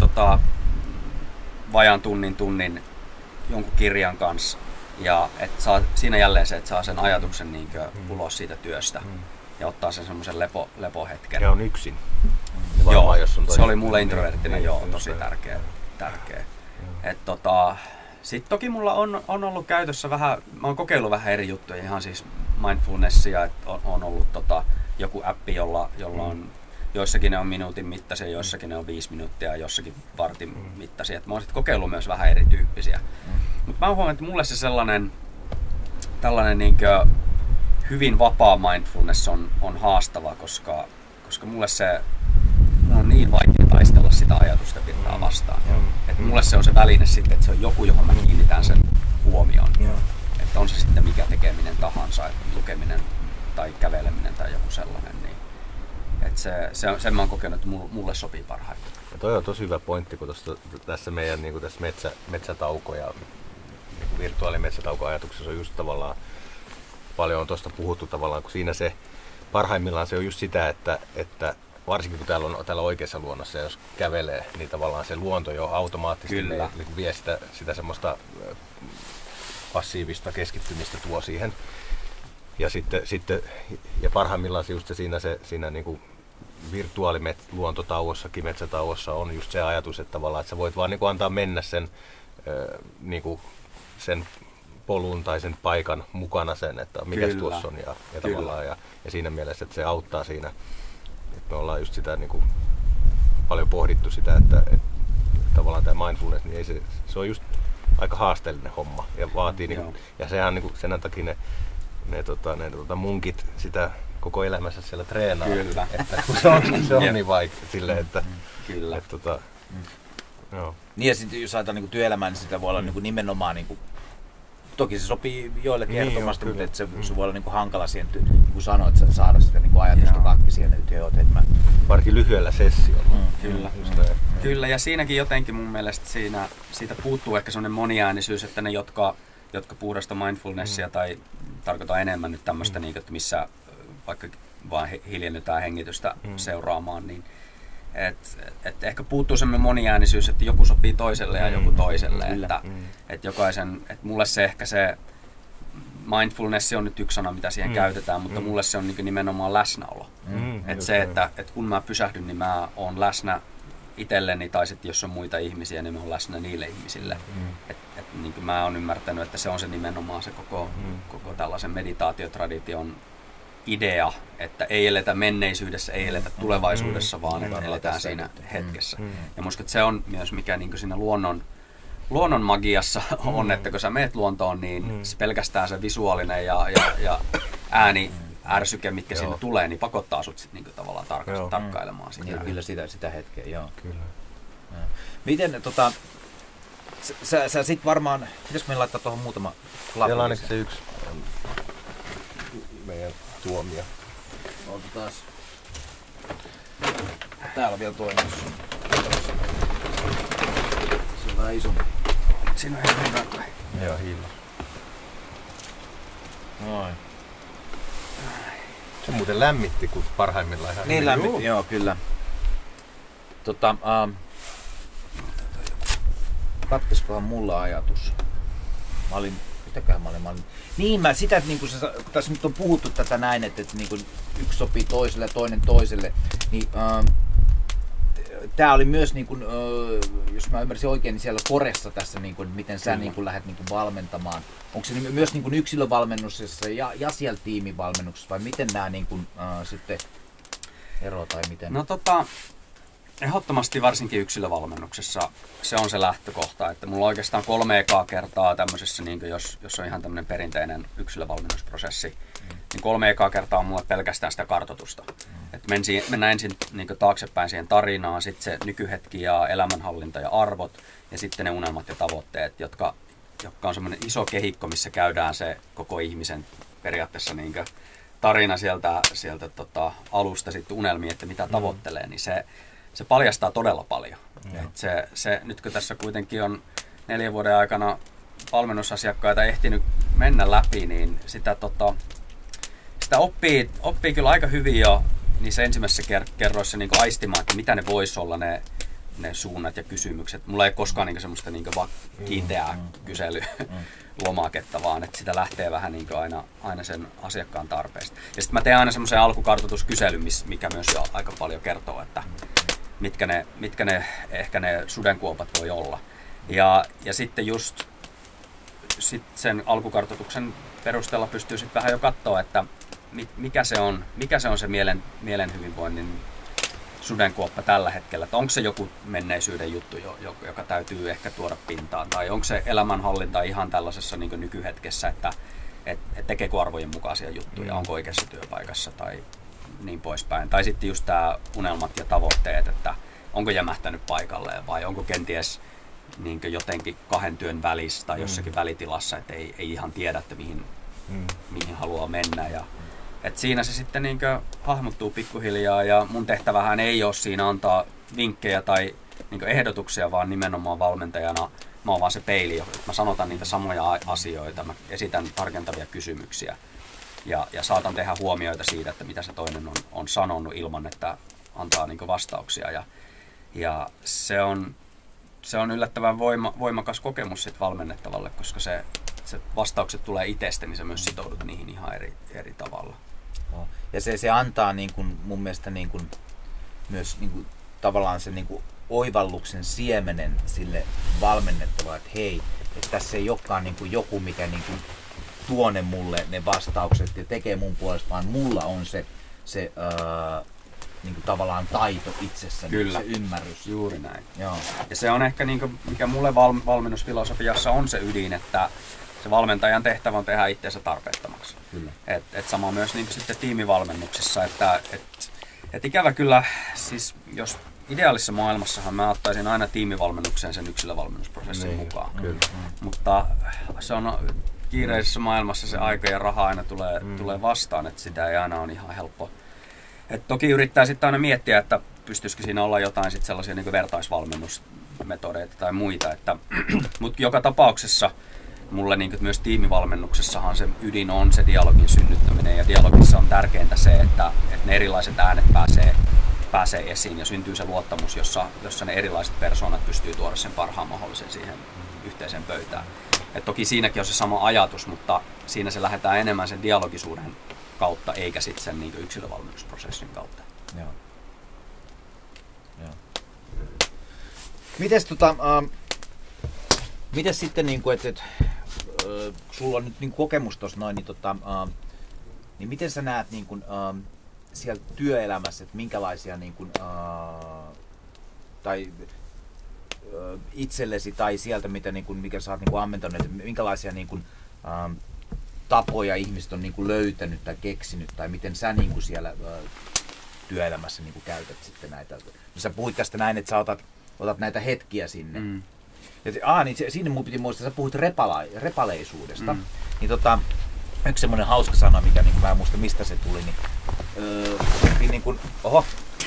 vajaan tunnin jonkun kirjan kanssa ja et saa siinä jälleen se, että saa sen ajatuksen niinkö ulos siitä työstä ja ottaa sen semmoisen lepohetken. Ja on yksin. Joo, se oli mulle introverttina tosi tärkeä. Sitten toki mulla on ollut käytössä vähän, mä oon kokeillut vähän eri juttuja, ihan siis mindfulnessia, että on ollut joku appi, jolla on, joissakin ne on minuutin mittaisia, joissakin ne on 5 minuuttia ja jossakin vartin mittaisia. Et mä oon sit kokeillut myös vähän erityyppisiä. Mutta mä oon huomannut, että mulle se tällainen niinkö hyvin vapaa mindfulness on haastava, koska mulle se on niin vaikea taistella sitä ajatusten virtaa vastaan. mulle se on se väline sitten, että se on joku, johon mä kiinnitän sen huomioon. Että on se sitten mikä tekeminen tahansa, lukeminen tai käveleminen tai joku sellainen. Niin, että sen mä oon kokenut, että mulle sopii parhaiten. Ja toi on tosi hyvä pointti, kun tässä meidän niin tässä metsätauko ja niin virtuaalimetsätauko-ajatuksessa on just tavallaan paljon on tuosta puhuttu tavallaan, kun siinä se parhaimmillaan se on just sitä, että varsinkin kun täällä oikeassa luonnossa, jos kävelee, niin tavallaan se luonto jo automaattisesti niin vie sitä semmoista passiivista keskittymistä tuo siihen. Ja sitten ja parhaimmillaan just siinä niin kuin virtuaaliluontotauossakin, metsätauossa on just se ajatus, että tavallaan että sä voit vaan niin kuin antaa mennä sen, niin kuin sen polun tai sen paikan mukana sen, että mikäs tuossa on ja tavallaan ja siinä mielessä, että se auttaa siinä. Että me ollaan just sitä niin kuin paljon pohdittu sitä, että tavallaan tämä mindfulness, niin ei se on just aika haasteellinen homma ja vaatii niin kuin, ja sehän niin kuin sen takia ne munkit sitä koko elämänsä siellä treenaa. Kyllä. Että se on niin vaikea silleen, että kyllä. Joo. Niin ja sitten jos ajatellaan niin työelämää, niin sitä voi olla niin nimenomaan niin kuin, toki se sopii joillekin ehdottomasti, mutta että se voi olla niin hankala siihen, niin kuin sanoit, saada sitä niin ajatusta kakki siihen, että varsinkin lyhyellä sessiolla. Kyllä. Kyllä, ja siinäkin jotenkin mun mielestä siitä puuttuu ehkä sellainen moniäänisyys, että ne, jotka puhdasta mindfulnessia tai tarkoittaa enemmän nyt tämmöistä, niin, että missä vaikka vaan hiljennytään hengitystä seuraamaan, niin et ehkä puuttuu semmoinen moniäänisyys, että joku sopii toiselle ja joku toiselle. Että mulle se ehkä se mindfulness on nyt yksi sana, mitä siihen käytetään, mutta mulle se on nimenomaan läsnäolo. Että kun mä pysähdyn, niin mä oon läsnä itselleni, tai sitten jos on muita ihmisiä, niin mä oon läsnä niille ihmisille. Niin kuin mä oon ymmärtänyt, että se on se nimenomaan se koko tällaisen meditaatiotradition idea, että ei eletä menneisyydessä, ei eletä tulevaisuudessa, vaan että eletään siinä hetkessä. Ja musta se on myös mikä niin siinä luonnon magiassa on, että kun sä meet luontoon, niin pelkästään se visuaalinen ja ääni ärsyke, mitkä sinne tulee, niin pakottaa sut sit niinku tavallaan tarkkailemaan sitä. Ja kyllä sitä hetkeä, joo. Kyllä. Miten sä sit varmaan, pitäisikö meillä laittaa tuohon muutama klappi? Siellä on ainakin se yksi meidän tuomia. Otetaan. Täällä on vielä toinen. Se on vähän isompi. Siinä on ihan hyvä. Joo, hiilus. Noin. Se muuten lämmitti, kun parhaimmillaan ihan niin lämmitti, joo kyllä. Kattiskohan mulla ajatus. Mitäköhän mä olin? Niin, sitä, että niin tässä nyt on puhuttu tätä näin, että niin kuin yksi sopii toiselle ja toinen toiselle, niin tää oli myös, niin kuin, jos mä ymmärsin oikein, niin siellä Foressa tässä, niin kuin, miten sä niin kuin lähdet niin kuin valmentamaan. Onko se myös niin kuin yksilövalmennuksessa ja siellä tiimivalmennuksessa, vai miten nämä niin kuin, sitten ero tai miten? No ehdottomasti varsinkin yksilövalmennuksessa se on se lähtökohta, että mulla on oikeastaan 3 ekaa kertaa tämmöisessä, niin jos on ihan tämmöinen perinteinen yksilövalmennusprosessi, niin 3 ekaa kertaa on mulle pelkästään sitä kartoitusta. Että mennään ensin niin taaksepäin siihen tarinaan, sitten se nykyhetki ja elämänhallinta ja arvot, ja sitten ne unelmat ja tavoitteet, jotka on semmoinen iso kehikko, missä käydään se koko ihmisen periaatteessa niin tarina sieltä alusta sitten unelmiin, että mitä tavoittelee, niin se paljastaa todella paljon. Se, nyt kun tässä kuitenkin on 4 vuoden aikana valmennusasiakkaita ehtinyt mennä läpi, niin sitä oppii kyllä aika hyvin jo niissä ensimmäisissä kerroissa niin aistimaan, että mitä ne vois olla ne suunnat ja kysymykset. Mulla ei koskaan niin semmoista niin kiinteää kyselylomaketta, vaan että sitä lähtee vähän niin aina sen asiakkaan tarpeesta. Ja sitten mä teen aina semmoisen alkukartoituskyselyn, mikä myös jo aika paljon kertoo, että mitkä ne ehkä ne sudenkuopat voi olla. Ja sitten just sen alkukartoituksen perusteella pystyy sitten vähän jo katsoa, että mikä se on se mielen hyvinvoinnin sudenkuoppa tällä hetkellä. Että onko se joku menneisyyden juttu, joka täytyy ehkä tuoda pintaan, tai onko se elämänhallinta ihan tällaisessa niin kuin nykyhetkessä, että tekeekö arvojen mukaisia juttuja, onko oikeassa työpaikassa tai niin poispäin. Tai sitten just tämä unelmat ja tavoitteet, että onko jämähtänyt paikalleen vai onko kenties niin jotenkin 2 työn välissä tai jossakin välitilassa, että ei ihan tiedä, että mihin haluaa mennä. Ja, et siinä se sitten niin hahmottuu pikkuhiljaa ja mun tehtävähän ei ole siinä antaa vinkkejä tai niin ehdotuksia, vaan nimenomaan valmentajana mä oon vaan se peili, että mä sanotan niitä samoja asioita, mä esitän tarkentavia kysymyksiä ja saatan tehdä huomioita siitä, että mitä se toinen on sanonut ilman, että antaa niin vastauksia. Ja se on yllättävän voimakas kokemus sit valmennettavalle, koska se vastaukset tulee itsestä, niin sä myös sitoudut niihin ihan eri tavalla. Ja se antaa niin kuin, mun mielestä niin kuin, myös niin kuin, tavallaan se niin kuin, oivalluksen siemenen sille valmennettavalle, että hei, että tässä ei olekaan niin kuin, joku, mikä niin kuin, tuo ne mulle ne vastaukset ja tekee mun puolesta, vaan mulla on se niin kuin, tavallaan taito itsessä, kyllä, se ymmärrys. Juuri näin. Joo. Ja se on ehkä, niin kuin, mikä mulle valmennusfilosofiassa on se ydin, että se valmentajan tehtävä on tehdä itseensä tarpeettomaksi. Et sama myös niin sitten tiimivalmennuksessa, että ikävä kyllä, siis jos ideaalisessa maailmassahan mä ottaisin aina tiimivalmennukseen sen yksilövalmennusprosessin mukaan. Mutta se on kiireisessä maailmassa se aika ja raha aina tulee vastaan, että sitä ei aina ole ihan helppo. Et toki yrittää sitten aina miettiä, että pystyisikö siinä olla jotain sit sellaisia niin vertaisvalmennusmetodeita tai muita. Mutta joka tapauksessa mulle niin myös tiimivalmennuksessahan se ydin on se dialogin synnyttäminen ja dialogissa on tärkeintä se, että ne erilaiset äänet pääsee esiin ja syntyy se luottamus, jossa ne erilaiset persoonat pystyy tuoda sen parhaan mahdollisen siihen yhteiseen pöytään. Et toki siinäkin on se sama ajatus, mutta siinä se lähdetään enemmän sen dialogisuuden kautta eikä sitten sen niin yksilövalmennusprosessin kautta. Joo. Mites sitten, niin kuin, että sulla on nyt niin kokemus tuossa noin, niin miten sä näet niin kuin, siellä työelämässä, että minkälaisia niin kuin, tai itsellesi tai sieltä, mitä, niin kuin, mikä sä oot niin kuin ammentanut, että minkälaisia niin kuin, tapoja ihmiset on niin kuin löytänyt tai keksinyt, tai miten sä niin kuin siellä työelämässä niin kuin käytät sitten näitä. Sä puhuit tästä näin, että sä otat näitä hetkiä sinne. Niin siinä mun piti muistaa, sä puhuit repaleisuudesta. Niin yksi semmoinen hauska sana, mikä niin mä en muista mistä se tuli, niin kuin, oho.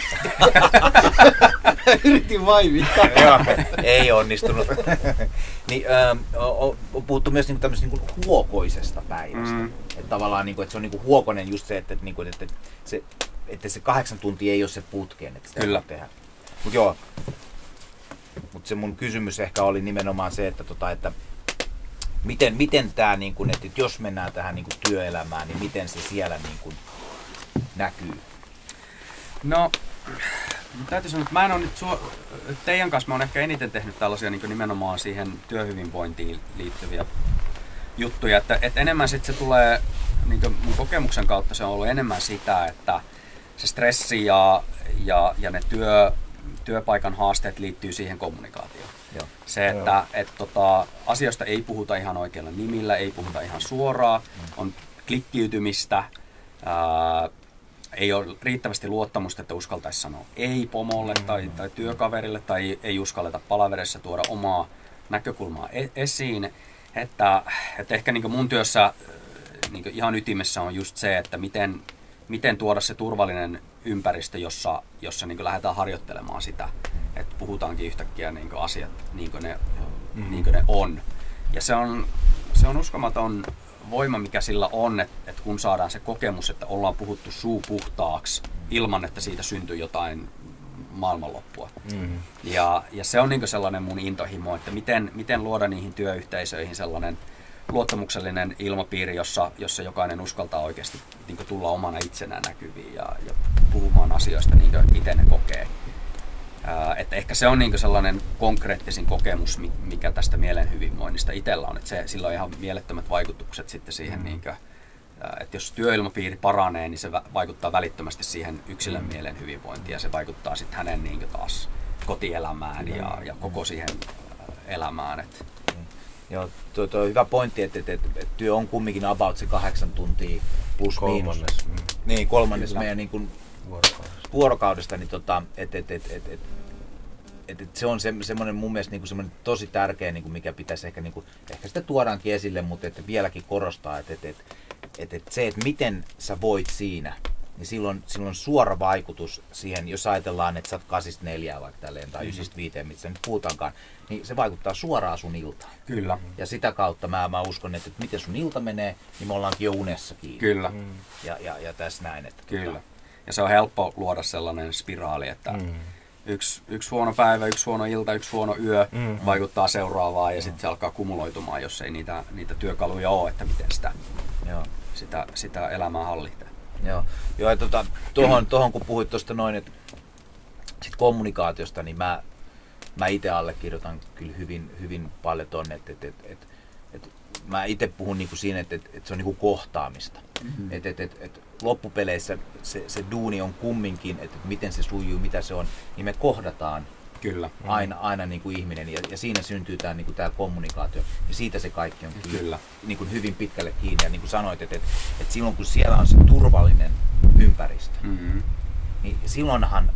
Yritin vaivittaa. Joo, ei onnistunut. Niin, on puhuttu myös niin tämmöisestä niin huokoisesta päivästä. Että tavallaan, niin kuin, että se on niin huokonen just se, että se 8 tuntia ei ole se putkeen, että sitä kyllä tehdä. Mut joo. Mutta se mun kysymys ehkä oli nimenomaan se, että miten tämä, niin kun, että jos mennään tähän niin kun työelämään, niin miten se siellä niin kun näkyy? No, täytyy sanoa, että mä en ole nyt teidän kanssa mä oon ehkä eniten tehnyt tällaisia niin nimenomaan siihen työhyvinvointiin liittyviä juttuja, että enemmän sitten se tulee, niin mun kokemuksen kautta se on ollut enemmän sitä, että se stressi ja ne työpaikan haasteet liittyy siihen kommunikaatioon. Joo. Se, että asioista ei puhuta ihan oikealla nimillä, ei puhuta ihan suoraan, on klikkiytymistä, ei ole riittävästi luottamusta, että uskaltaisi sanoa ei pomolle tai työkaverille tai ei uskalleta palaverissa tuoda omaa näkökulmaa esiin. Että ehkä niin mun työssä niin ihan ytimessä on just se, että miten tuoda se turvallinen ympäristö, jossa niin lähdetään harjoittelemaan sitä, että puhutaankin yhtäkkiä niin asiat niin kuin ne on. Ja se on uskomaton voima, mikä sillä on, että kun saadaan se kokemus, että ollaan puhuttu suu puhtaaksi ilman, että siitä syntyy jotain maailmanloppua. Ja se on niin sellainen mun intohimo, että miten luoda niihin työyhteisöihin sellainen luottamuksellinen ilmapiiri, jossa jokainen uskaltaa oikeasti niin tulla omana itsenään näkyviin ja puhumaan asioista niin kuin itse ne kokee. Että ehkä se on niin sellainen konkreettisin kokemus, mikä tästä mielen hyvinvoinnista itsellä on. Että sillä on ihan mielettömät vaikutukset sitten siihen, niin kuin, että jos työilmapiiri paranee, niin se vaikuttaa välittömästi siihen yksilön mielen hyvinvointiin ja se vaikuttaa sitten hänen niin taas kotielämään ja koko siihen elämään. Joo, tuo on hyvä pointti, että työ on kumminkin about se 8 tuntia plus miinus. Kolmannes meidän niin kuin vuorokaudesta, niin se on semmoinen mun mielestä niin semmoinen tosi tärkeä, niin mikä pitäisi ehkä sitä tuodaankin esille, mutta että vieläkin korostaa, että se, että miten sä voit siinä, niin silloin suora vaikutus siihen, jos ajatellaan, että sä oot 8-4 vaikka tälleen, tai 9-5, mistä nyt puhutaankaan, niin se vaikuttaa suoraan sun iltaan. Kyllä. Ja sitä kautta mä uskon, että miten sun ilta menee, niin me ollaankin jo unessa kiinni. Kyllä. Ja tässä näin. Että kyllä. Ja se on helppo luoda sellainen spiraali, että yksi huono päivä, yksi huono ilta, yksi huono yö vaikuttaa seuraavaan ja sitten se alkaa kumuloitumaan, jos ei niitä työkaluja ole, että miten sitä elämää hallitaan. Joo, ja tuohon kun puhuit tuosta noin, että sit kommunikaatiosta, niin mä itse allekirjoitan kyllä hyvin paljon tonne, että mä itse puhun niinku siinä, että se on niinku kohtaamista. Että loppupeleissä se duuni on kumminkin, että miten se sujuu, mitä se on, niin me kohdataan kyllä. aina niinku ihminen ja siinä syntyy tämä niinku kommunikaatio ja siitä se kaikki on kyllä niinku hyvin pitkälle kiinni ja niin kuin sanoit, että silloin kun siellä on se turvallinen ympäristö, niin silloinhan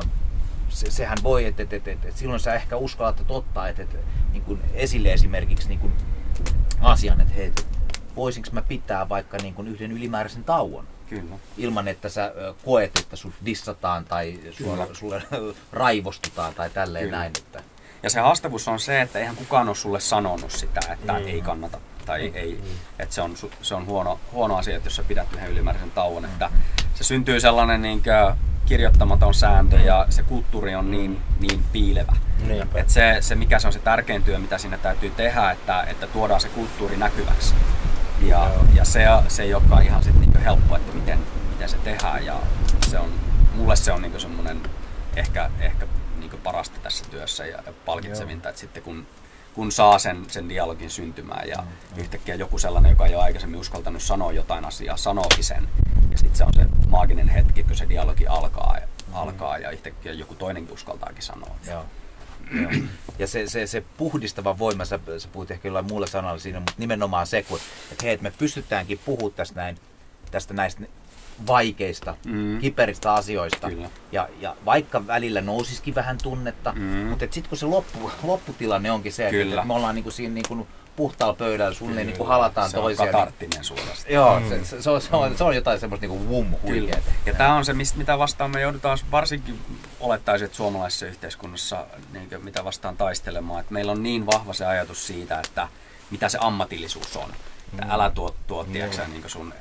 sehän voi, että silloin sä ehkä uskallat ottaa niin kuin esille esimerkiksi niin kuin asian, että hei, voisinko mä pitää vaikka niin kuin yhden ylimääräisen tauon. Kyllä. Ilman, että sä koet, että sut dissataan tai sulle raivostutaan tai tälleen kyllä. näin. Että. Ja se haastavuus on se, että eihän kukaan ole sulle sanonut sitä, että ei kannata tai ei. Että se on huono asia, että jos sä pidät yhden ylimääräisen tauon. Että se syntyy sellainen niinkö kirjoittamaton sääntö ja se kulttuuri on niin piilevä. Että se mikä se on se tärkein työ, mitä siinä täytyy tehdä, että tuodaan se kulttuuri näkyväksi. Ja se ei olekaan ihan sit niinku helppo, että miten se tehdään. Ja mulle se on niinku semmoinen ehkä niinku parasta tässä työssä ja palkitsevinta, että sitten kun saa sen dialogin syntymään ja yhtäkkiä joku sellainen, joka ei ole aikaisemmin uskaltanut sanoa jotain asiaa, sanookin sen. Ja sitten se on se maaginen hetki, kun se dialogi alkaa ja yhtäkkiä joku toinenkin uskaltaakin sanoa. Joo. Ja se puhdistava voima, sä puhut ehkä jollain muulla sanalla siinä, mutta nimenomaan se, että hei, me pystytäänkin puhumaan tästä näistä vaikeista, kiperistä asioista. Ja vaikka välillä nousisikin vähän tunnetta, mutta sitten kun se lopputilanne onkin se, että me ollaan niinku siinä niinku puhtaalla pöydällä, sulle niinku halataan toisiaan. Se on katarttinen suorastaan. Joo, se on jotain semmoista niinku huikeeta. Ja tämä on se, mitä vastaan me joudutaan varsinkin olettaisin, että suomalaisessa yhteiskunnassa niin mitä vastaan taistelemaan. Että meillä on niin vahva se ajatus siitä, että mitä se ammatillisuus on. Että älä tuo niin sun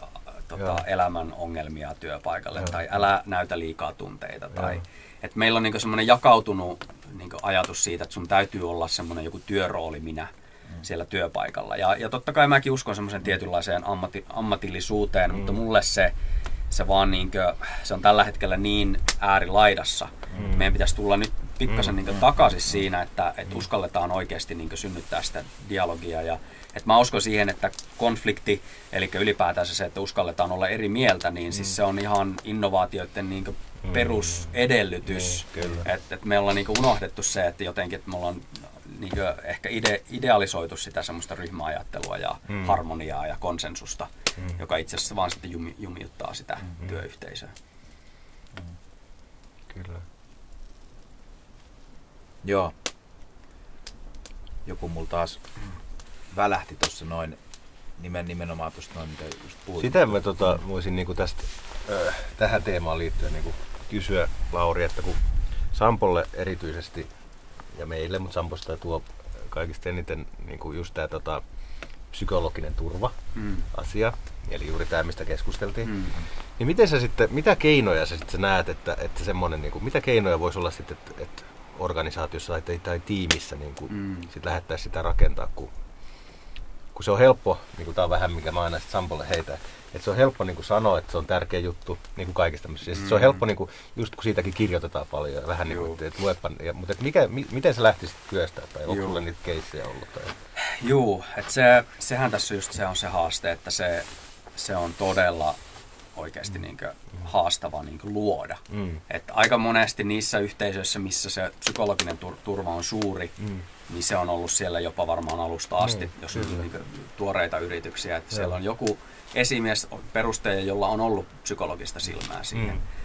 elämän ongelmia työpaikalle tai älä näytä liikaa tunteita. Tai, että meillä on niin semmoinen jakautunut niin ajatus siitä, että sun täytyy olla semmoinen joku työrooli minä siellä työpaikalla. Ja totta kai mäkin uskon semmoisen tietynlaiseen ammatillisuuteen, mutta mulle se vaan niinkö, se on tällä hetkellä niin äärilaidassa. Meidän pitäisi tulla nyt pikkasen niinkö takaisin siinä, että uskalletaan oikeasti niinkö synnyttää sitä dialogia. Ja että mä uskon siihen, että konflikti, eli ylipäätään se, että uskalletaan olla eri mieltä, niin siis se on ihan innovaatioiden niinkö perusedellytys. Että me ollaan niinkö unohdettu se, että jotenkin että me ollaan niinkö ehkä idealisoitu sitä semmoista ryhmäajattelua ja harmoniaa ja konsensusta, joka itse asiassa vaan sitten jumiuttaa sitä työyhteisöä. Kyllä. Joo. Joku mulla taas välähti tuossa noin nimenomaan tuosta noin, mitä just puhuit. Sitä mä voisin niinku tästä tähän teemaan liittyen niinku kysyä, Lauri, että kun Sampolle erityisesti ja meille, mutta Samposta tuo kaikista eniten niinku just tää psykologinen turva-asia, eli juuri tämä, mistä keskusteltiin. Niin miten sä sitten, mitä keinoja sä sitten näet, että semmoinen, niinku, mitä keinoja voisi olla sitten, että organisaatiossa tai tiimissä niinku, sit lähettäisiin sitä rakentaa, kun se on helppo, niin tämä on vähän mikä mä aina Sampolle heitän, että se on helppo niin sanoa, että se on tärkeä juttu niin kaikista tämmöisistä. Se on helppo, niin kuin, just kun siitäkin kirjoitetaan paljon ja vähän niin kuin, että luepa, mutta miten sä lähtisit työstään tai onko sulle niitä keissejä ollut? Tai? Joo, että sehän tässä just se on se haaste, että se on todella oikeasti niinkö haastava niinkö luoda. Että aika monesti niissä yhteisöissä, missä se psykologinen turva on suuri, niin se on ollut siellä jopa varmaan alusta asti, jos on niinkö tuoreita yrityksiä. Että siellä on joku esimies, perustaja, jolla on ollut psykologista silmää siihen.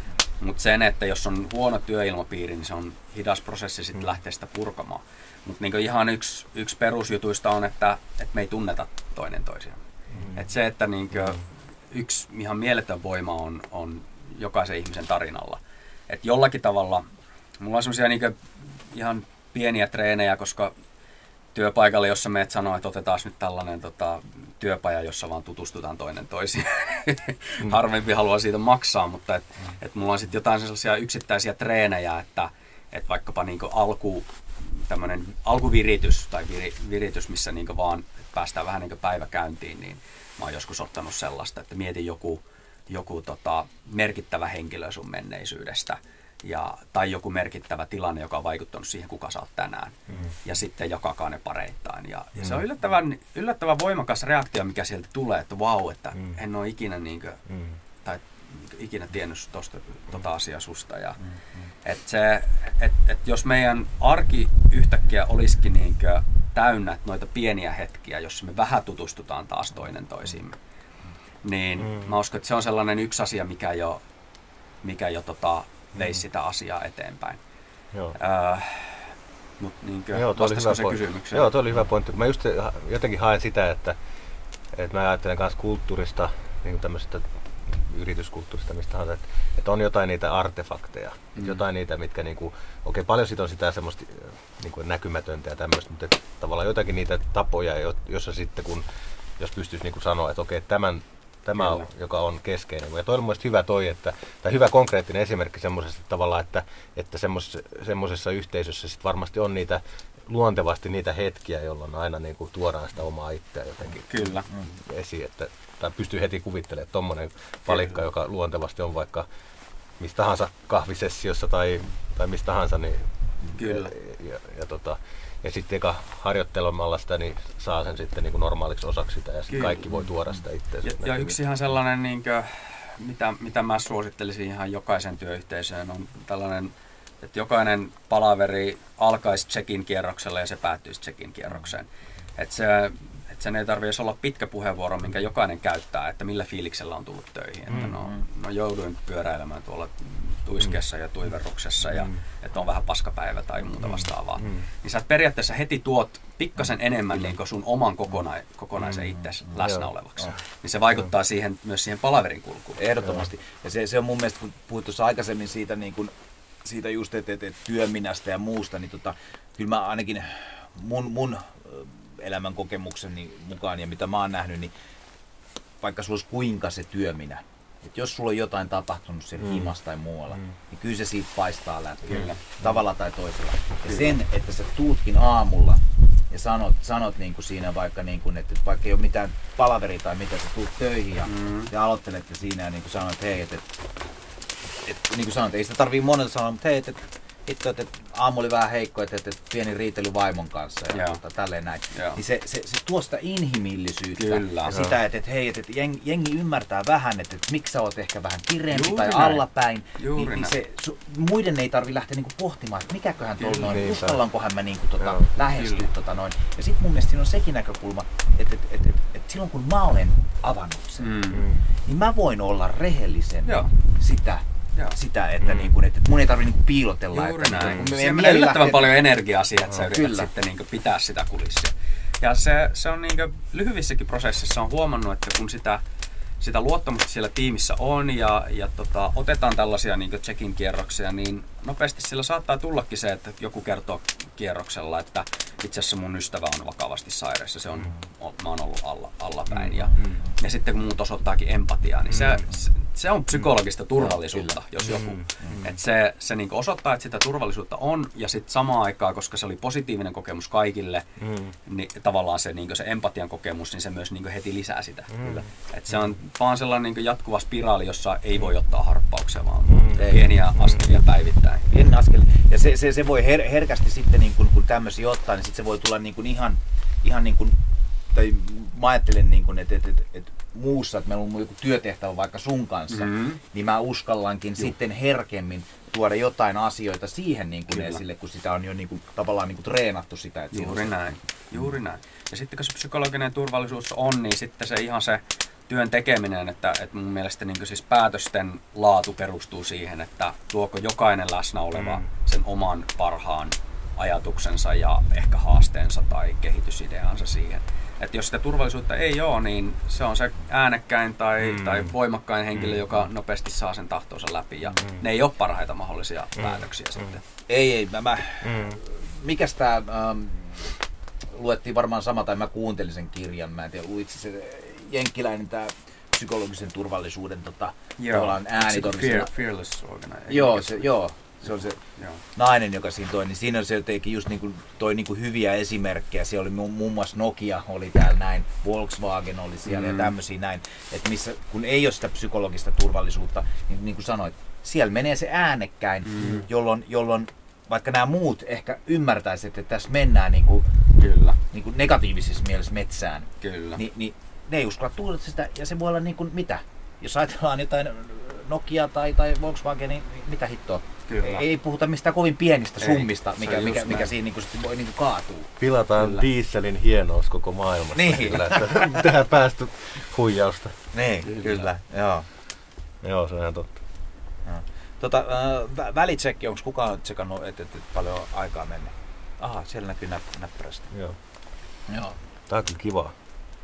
Mutta sen, että jos on huono työilmapiiri, niin se on hidas prosessi sitten lähteä sitä purkamaan. Mutta niinku ihan yksi perusjutuista on, että me ei tunneta toinen toisiaan. Et se, että niinku yksi ihan mieletön voima on jokaisen ihmisen tarinalla. Et jollakin tavalla, mulla on semmoisia niinku ihan pieniä treenejä, koska työpaikalle, jossa meet sanoo, että otetaan nyt tällainen työpaja, jossa vaan tutustutaan toinen toisiaan. Harvempi haluaa siitä maksaa, mutta et mulla on sitten jotain sellaisia yksittäisiä treenejä, että vaikkapa niinku alkuviritys tai viritys, missä niinku vaan päästään vähän niinku päiväkäyntiin, niin mä oon joskus ottanut sellaista, että mietin joku merkittävä henkilö sun menneisyydestä. Tai joku merkittävä tilanne, joka on vaikuttanut siihen, kuka sä oot tänään. Ja sitten jakakaa ne pareittain. Ja se on yllättävän voimakas reaktio, mikä sieltä tulee, että vau, että en ole ikinä, ikinä tiennyt tota asiaa susta. Ja, jos meidän arki yhtäkkiä olisikin täynnä noita pieniä hetkiä, jossa me vähän tutustutaan taas toinen toisiimme, niin mä uskon, että se on sellainen yksi asia, mikä jo veisi sitä asiaa eteenpäin. Joo. Vastasiko se kysymykseen? Joo, tuo oli hyvä pointti. Mä just jotenkin haen sitä, että mä ajattelen myös kulttuurista, niin tämmöisestä yrityskulttuurista, mistä tahansa, että on jotain niitä artefakteja, jotain niitä, mitkä okei, paljon siitä on sitä semmoista näkymätöntä ja tämmöistä, mutta tavallaan jotakin niitä tapoja, jossa sitten jos pystyisi sanoa, että okei, tämä on, joka on keskeinen. Ja toi on mielestäni hyvä tai hyvä konkreettinen esimerkki semmoisesta tavalla, että semmoisessa yhteisössä sit varmasti on niitä luontevasti niitä hetkiä, jolloin aina tuodaan sitä omaa itseä jotenkin esiin, tai pystyy heti kuvittelemaan, että tommoinen palikka, joka luontevasti on vaikka mistä tahansa kahvisessiossa tai mistä tahansa, niin kyllä. Ja sitten harjoittelemalla sitä, niin saa sen sitten normaaliksi osaksi sitä, ja sitten kaikki voi tuoda sitä itseänsä. Ja yksi ihan sellainen, mitä mä suosittelisin ihan jokaisen työyhteisöön, on tällainen, että jokainen palaveri alkaisi check-in kierroksella ja se päättyisi check-in kierrokseen. Että sen ei tarvitse olla pitkä puheenvuoro, minkä jokainen käyttää, että millä fiiliksellä on tullut töihin. Että jouduin pyöräilemään tuolla tuiskeessa ja tuiverruksessa ja että on vähän paskapäivä tai muuta vastaavaa. Niin sä periaatteessa heti tuot pikkasen enemmän sun oman kokonaisen itsesi läsnä olevaksi. Niin se vaikuttaa myös siihen palaverin kulkuun. Ehdottomasti. Ja se on mun mielestä, kun puhuit tuossa aikaisemmin siitä just, että työminästä ja muusta, niin kyllä mä ainakin mun elämän kokemukseni mukaan ja mitä mä oon nähnyt, niin vaikka sulla olisi kuinka se työminä, että jos sulla on jotain tapahtunut siellä himassa tai muualla, niin kyllä se siitä paistaa läpi. Tavalla tai toisella. Ja sen, että sä tuutkin aamulla ja sanot siinä vaikka, että vaikka ei ole mitään palaveria tai mitä, sä tuut töihin ja aloittelette siinä ja sanot, että hei, että niin kuin sanoit, ei sitä tarvii monelta sanoa, mutta hei, että aamu oli vähän heikko, että pieni riitely vaimon kanssa ja tälleen näin. Niin se tuo sitä inhimillisyyttä. Kyllä. Ja sitä, että hei, että jengi ymmärtää vähän, että miksi sä oot ehkä vähän kireempi tai allapäin. Niin muiden ei tarvi lähteä pohtimaan, että mikäköhän tuolla noin, uskallankohan mä lähestyä noin. Ja sit mun mielestä siinä on sekin näkökulma, että silloin kun mä olen avannut sen, niin mä voin olla rehellisen sitä, että, että mun ei tarvitse piilotella. Juuri näin. Se menee yllättävän paljon energiaa siihen, että sä yrität sitten pitää sitä kulissia. Ja se on lyhyissäkin prosessissa on huomannut, että kun sitä luottamusta siellä tiimissä on ja otetaan tällaisia check-in kierroksia, niin nopeasti sillä saattaa tullakin se, että joku kertoo kierroksella, että itse asiassa mun ystävä on vakavasti sairaassa, mä oon ollut allapäin. Ja sitten kun muut osoittaakin empatiaa, niin se on psykologista turvallisuutta, jos joku. Että se osoittaa, että sitä turvallisuutta on, ja sitten samaan aikaan, koska se oli positiivinen kokemus kaikille, niin tavallaan se empatian kokemus, niin se myös se lisää sitä. Että se on vaan sellainen jatkuva spiraali, jossa ei voi ottaa harppauksia, vaan pieniä askelia päivittäin. Pieni askel. Ja se voi herkästi sitten, kun tämmöisiä ottaa, niin sitten se voi tulla ihan tai mä ajattelen, että muussa, että meillä on joku työtehtävä vaikka sun kanssa, niin mä uskallankin sitten herkemmin tuoda jotain asioita siihen niin kuin esille, kun sitä on jo niin kuin, tavallaan niin kuin treenattu sitä. Että Juuri näin. Ja sitten kun se psykologinen turvallisuus on, niin sitten se ihan se työn tekeminen, että mun mielestä niin kuin siis päätösten laatu perustuu siihen, että tuoko jokainen läsnä oleva sen oman parhaan ajatuksensa ja ehkä haasteensa tai kehitysideansa siihen. Että jos sitä turvallisuutta ei ole, niin se on se äänekkäin tai voimakkain henkilö, joka nopeasti saa sen tahtonsa läpi. Ja ne ei ole parhaita mahdollisia päätöksiä sitten. Ei. Mikäs tää... luettiin varmaan sama, tai mä kuuntelin sen kirjan. Mä en tiedä, luitsi se jenkkiläinen tää psykologisen turvallisuuden tavallaan äänitorvisena. Fearless Organization. Joo. Se on se nainen, joka siinä toi, niin siinä se teki just niinku, toi niinku hyviä esimerkkejä. Siellä oli muun muassa Nokia oli täällä näin, Volkswagen oli siellä ja tämmöisiä näin. Että missä, kun ei ole sitä psykologista turvallisuutta, niin kuin sanoit, siellä menee se äänekkäin, jolloin vaikka nämä muut ehkä ymmärtäisivät, että tässä mennään niinku negatiivisessa mielessä metsään, niin ne ei uskalla tulla sitä, ja se voi olla niin kuin mitä? Jos ajatellaan jotain Nokia tai Volkswagen, niin mitä hittoa? Ei puhuta mistään kovin pienistä summista, mikä siinä niinku voi niinku kaatua. Pilataan dieselin hienous koko maailmasta sillä, että tehdään päästy huijausta. Niin, kyllä. Joo, se on ihan totta. Välitsekki, onko kukaan tsekannut, että paljon aikaa mennyt? Aha, siellä näkyy näppärästi. Joo. Tää on kyllä kivaa.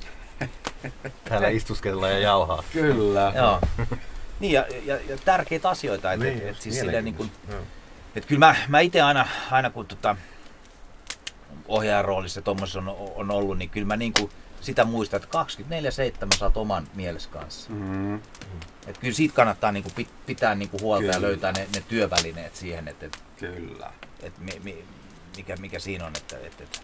Täällä istuskellaan ja jauhaa. Kyllä. Joo. Niin, ja tärkeitä asioita, että niin, siis silleen niin kuin, että kyllä mä itse aina kun ohjaajan roolissa tommosessa on ollut, niin kyllä mä niin kuin sitä muistan, että 24/7 saat oman mielesi kanssa. Että kyllä siitä kannattaa niin kuin pitää niin kuin huolta ja löytää ne työvälineet siihen, että kyllä. Että mikä siinä on, että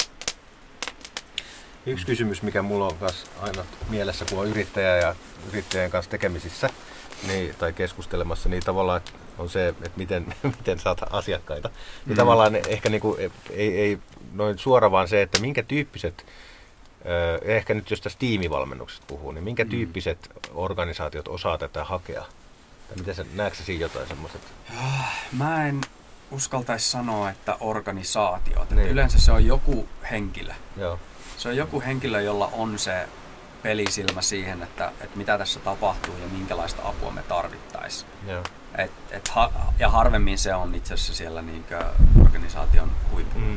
yksi kysymys, mikä mulla on aina mielessä, kun on yrittäjä ja yrittäjän kanssa tekemisissä niin, tai keskustelemassa, niin tavallaan on se, että miten saat asiakkaita. Niin tavallaan ehkä niinku, ei noin suora, vaan se, että minkä tyyppiset, ehkä nyt jos tästä tiimivalmennuksesta puhuu, niin minkä tyyppiset organisaatiot osaa tätä hakea? Tai miten sä, näetkö sä siinä jotain semmoiset? Mä en uskaltaisi sanoa, että organisaatiot. Niin. Yleensä se on joku henkilö. Joo. Se on joku henkilö, jolla on se pelisilmä siihen, että mitä tässä tapahtuu ja minkälaista apua me tarvittaisiin. Ja harvemmin se on itse asiassa siellä niinkö organisaation huipulla.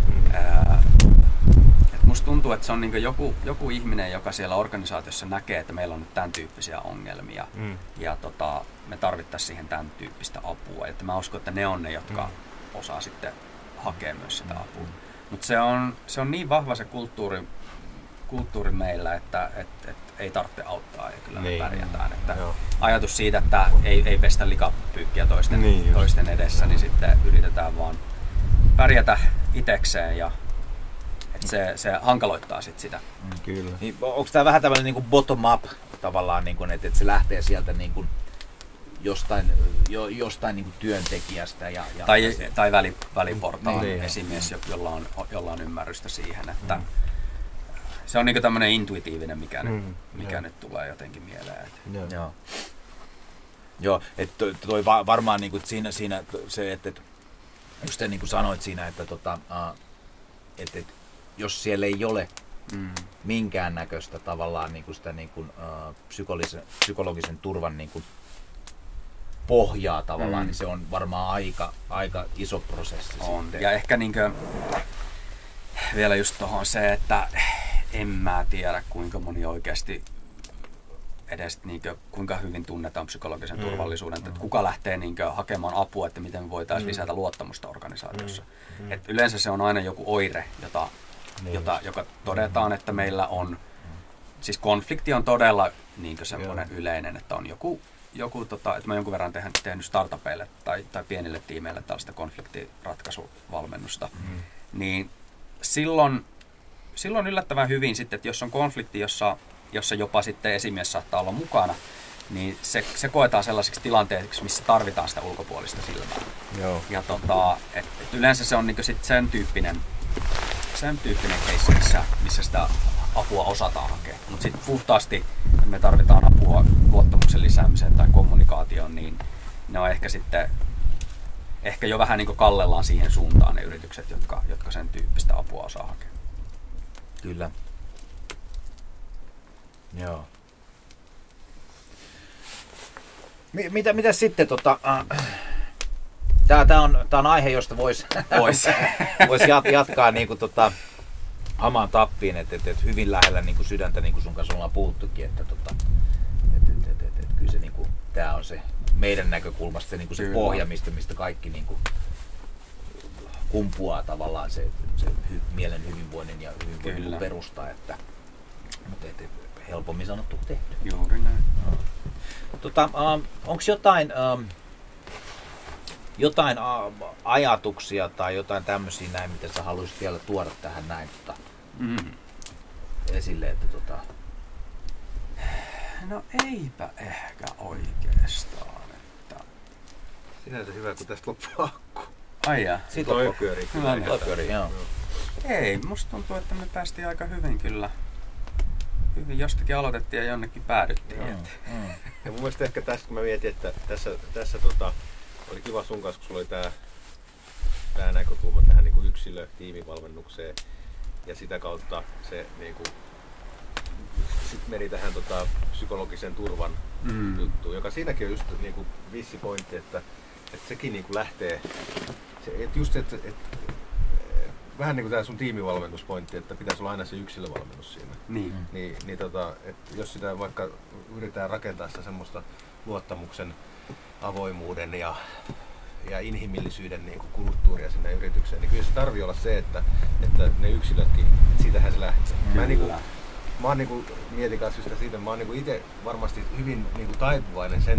Musta tuntuu, että se on niinkö joku ihminen, joka siellä organisaatiossa näkee, että meillä on nyt tämän tyyppisiä ongelmia ja me tarvittaisiin siihen tämän tyyppistä apua. Että mä uskon, että ne on ne, jotka osaa sitten hakea myös sitä apua. Mutta se on niin vahva se kulttuuri meillä, että ei tarvitse auttaa ja kyllä me pärjätään. Että ajatus siitä, että ei pestä likapyykkiä toisten edessä, niin sitten yritetään vaan pärjätä itekseen ja se hankaloittaa sit sitä. Kyllä. Niin, onko tämä vähän tämmöinen niin bottom-up tavallaan, niin kuin, että se lähtee sieltä niin kuin jostain niin kuin työntekijästä tai väliportaan esimies, jolla on ymmärrystä siihen, että se on niin kuin tämmöinen intuitiivinen, mikä nyt tulee jotenkin mieleen. Joo, että toi varmaan niin kuin siinä se, että just niin kuin sanoit siinä, että jos siellä ei ole minkäännäköistä tavallaan niin kuin sitä niin kuin, psykologisen turvan niin kuin pohjaa tavallaan, niin se on varmaan aika iso prosessi. On. Sitten. Ja ehkä niinkö vielä just tohon se, että en mä tiedä kuinka moni oikeasti edes niinkö, kuinka hyvin tunnetaan psykologisen turvallisuuden, että kuka lähtee niinkö hakemaan apua, että miten me voitaisiin lisätä luottamusta organisaatiossa. Et yleensä se on aina joku oire, joka todetaan, että meillä on, siis konflikti on todella niinkö semmoinen yleinen, että on joku että mä jonkun verran tehnyt startupeille tai pienille tiimeille tällaista konfliktiratkaisuvalmennusta, niin silloin yllättävän hyvin sitten, että jos on konflikti, jossa jopa sitten esimies saattaa olla mukana, niin se koetaan sellaiseksi tilanteeksi, missä tarvitaan sitä ulkopuolista silmää. Joo. Ja yleensä se on niinku sit sen tyyppinen case, missä sitä apua osataan hakea. Mutta sitten puhtaasti me tarvitaan apua luottamuksen lisäämiseen tai kommunikaatioon, niin ne on ehkä jo vähän niin kuin kallellaan siihen suuntaan ne yritykset, jotka sen tyyppistä apua osaa hakea. Kyllä. Joo. Mitä sitten Tää on aihe, josta vois jatkaa niinku hamaan tappiin, että hyvin lähellä niinku sydäntä, niinku sun kanssa ollaan puhuttukin, että kyllä se niinku tää on se meidän näkökulmasta se niinku se pohja, mistä kaikki niinku kumpuaa tavallaan se mielen hyvinvoinnin ja hyvinvoinnin perusta, mutta helpommin sanottu kuin tehty. Juuri näin. Onko jotain ajatuksia tai jotain tämmöisiä näin, mitä sä haluaisit vielä tuoda tähän näin esille, että No eipä ehkä oikeastaan, että sinänsä hyvä, kun tästä loppuu akku. Ai jaa. Siitä toi pyörii. Joo. Ei, musta tuntuu, että me päästiin aika hyvin kyllä. Hyvin jostakin aloitettiin ja jonnekin päädyttiin. Ja mun mielestä ehkä tässä, kun mä mietin, että tässä oli kiva sun kanssa, kun sulla oli tää näkökulma tähän niinku yksilö-tiimivalmennukseen ja sitä kautta se niinku sit meni tähän psykologisen turvan juttuun, joka siinäkin on just niinku vissi pointti, että sekin niinku lähtee, vähän niinku tää sun tiimivalmennuspointti, että pitäisi olla aina se yksilövalmennus siinä. Niin, että jos sitä vaikka yritetään rakentaa sitä semmoista luottamuksen, avoimuuden ja inhimillisyyden niin kuin kulttuuria sinne yritykseen, niin kyllä se tarvii olla se, että ne yksilötkin, siitähän se lähtee. Mä oon niinku, mietin kanssa sitä siitä, mä oon niinku itse varmasti hyvin niinku taipuvainen sen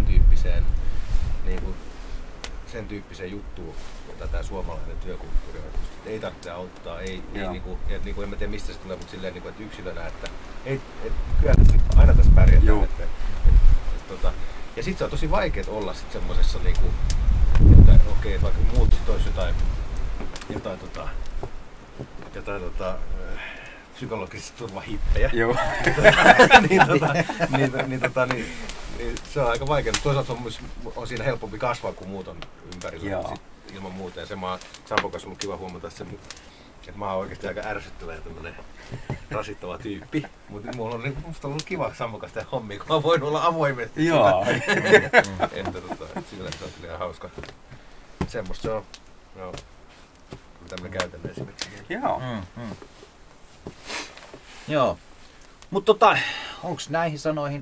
tyyppiseen juttuun, jota tää suomalainen työkulttuuri on. Ei tarvitse auttaa, ei niinku, ja niinku en mä tiedä mistä se tulee, mutta silleen niinku, että yksilönä, että kyllä aina tässä pärjätään. Ja sit se on tosi vaikeet olla sit semmosessa niinku, että okei, vaikka muut sit ois jotain psykologisesti turvahippejä. Joo. niin se on aika vaikea. Toisaalta on siinä helpompi kasvaa, kun muut on ympärillä ilman muuta. Ja se Sampon kanssa on ollut kiva huomata se, että mä oon oikeesti aika ärsyttävä ja tämmönen rasittava tyyppi. Mutta mulla on musta ollut kiva Sampon kanssa tehdä hommia, kun mä voin olla avoimesti. Joo. Sillä se on kyllä hauska. Semmosta se on. Joo. Mitä me käytämme esimerkiksi. Joo. Joo. Mutta onks näihin sanoihin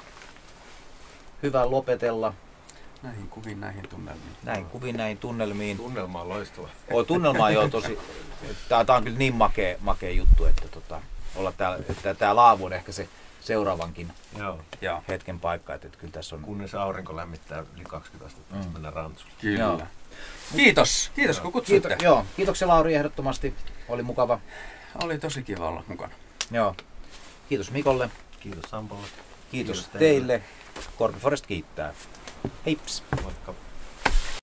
hyvä lopetella? Näihin kuviin, näihin tunnelmiin. Näihin kuviin, näihin tunnelmiin. Tunnelma on loistava. Tunnelma on jo tosi. Tää on kyllä niin makea juttu, että olla täällä, että tää laavu on ehkä se seuraavankin hetken paikka, että kyllä tässä on. Kunnes aurinko lämmittää yli 20 astetta, mennään rantsulle. Kyllä. Joo. Kiitos kun kutsuitte. Kiitoksia Lauri ehdottomasti. Oli mukava. Oli tosi kiva olla mukana. Joo. Kiitos Mikolle. Kiitos Sampolle. Kiitos teille. Korpiforest kiittää. Heips. Moikka.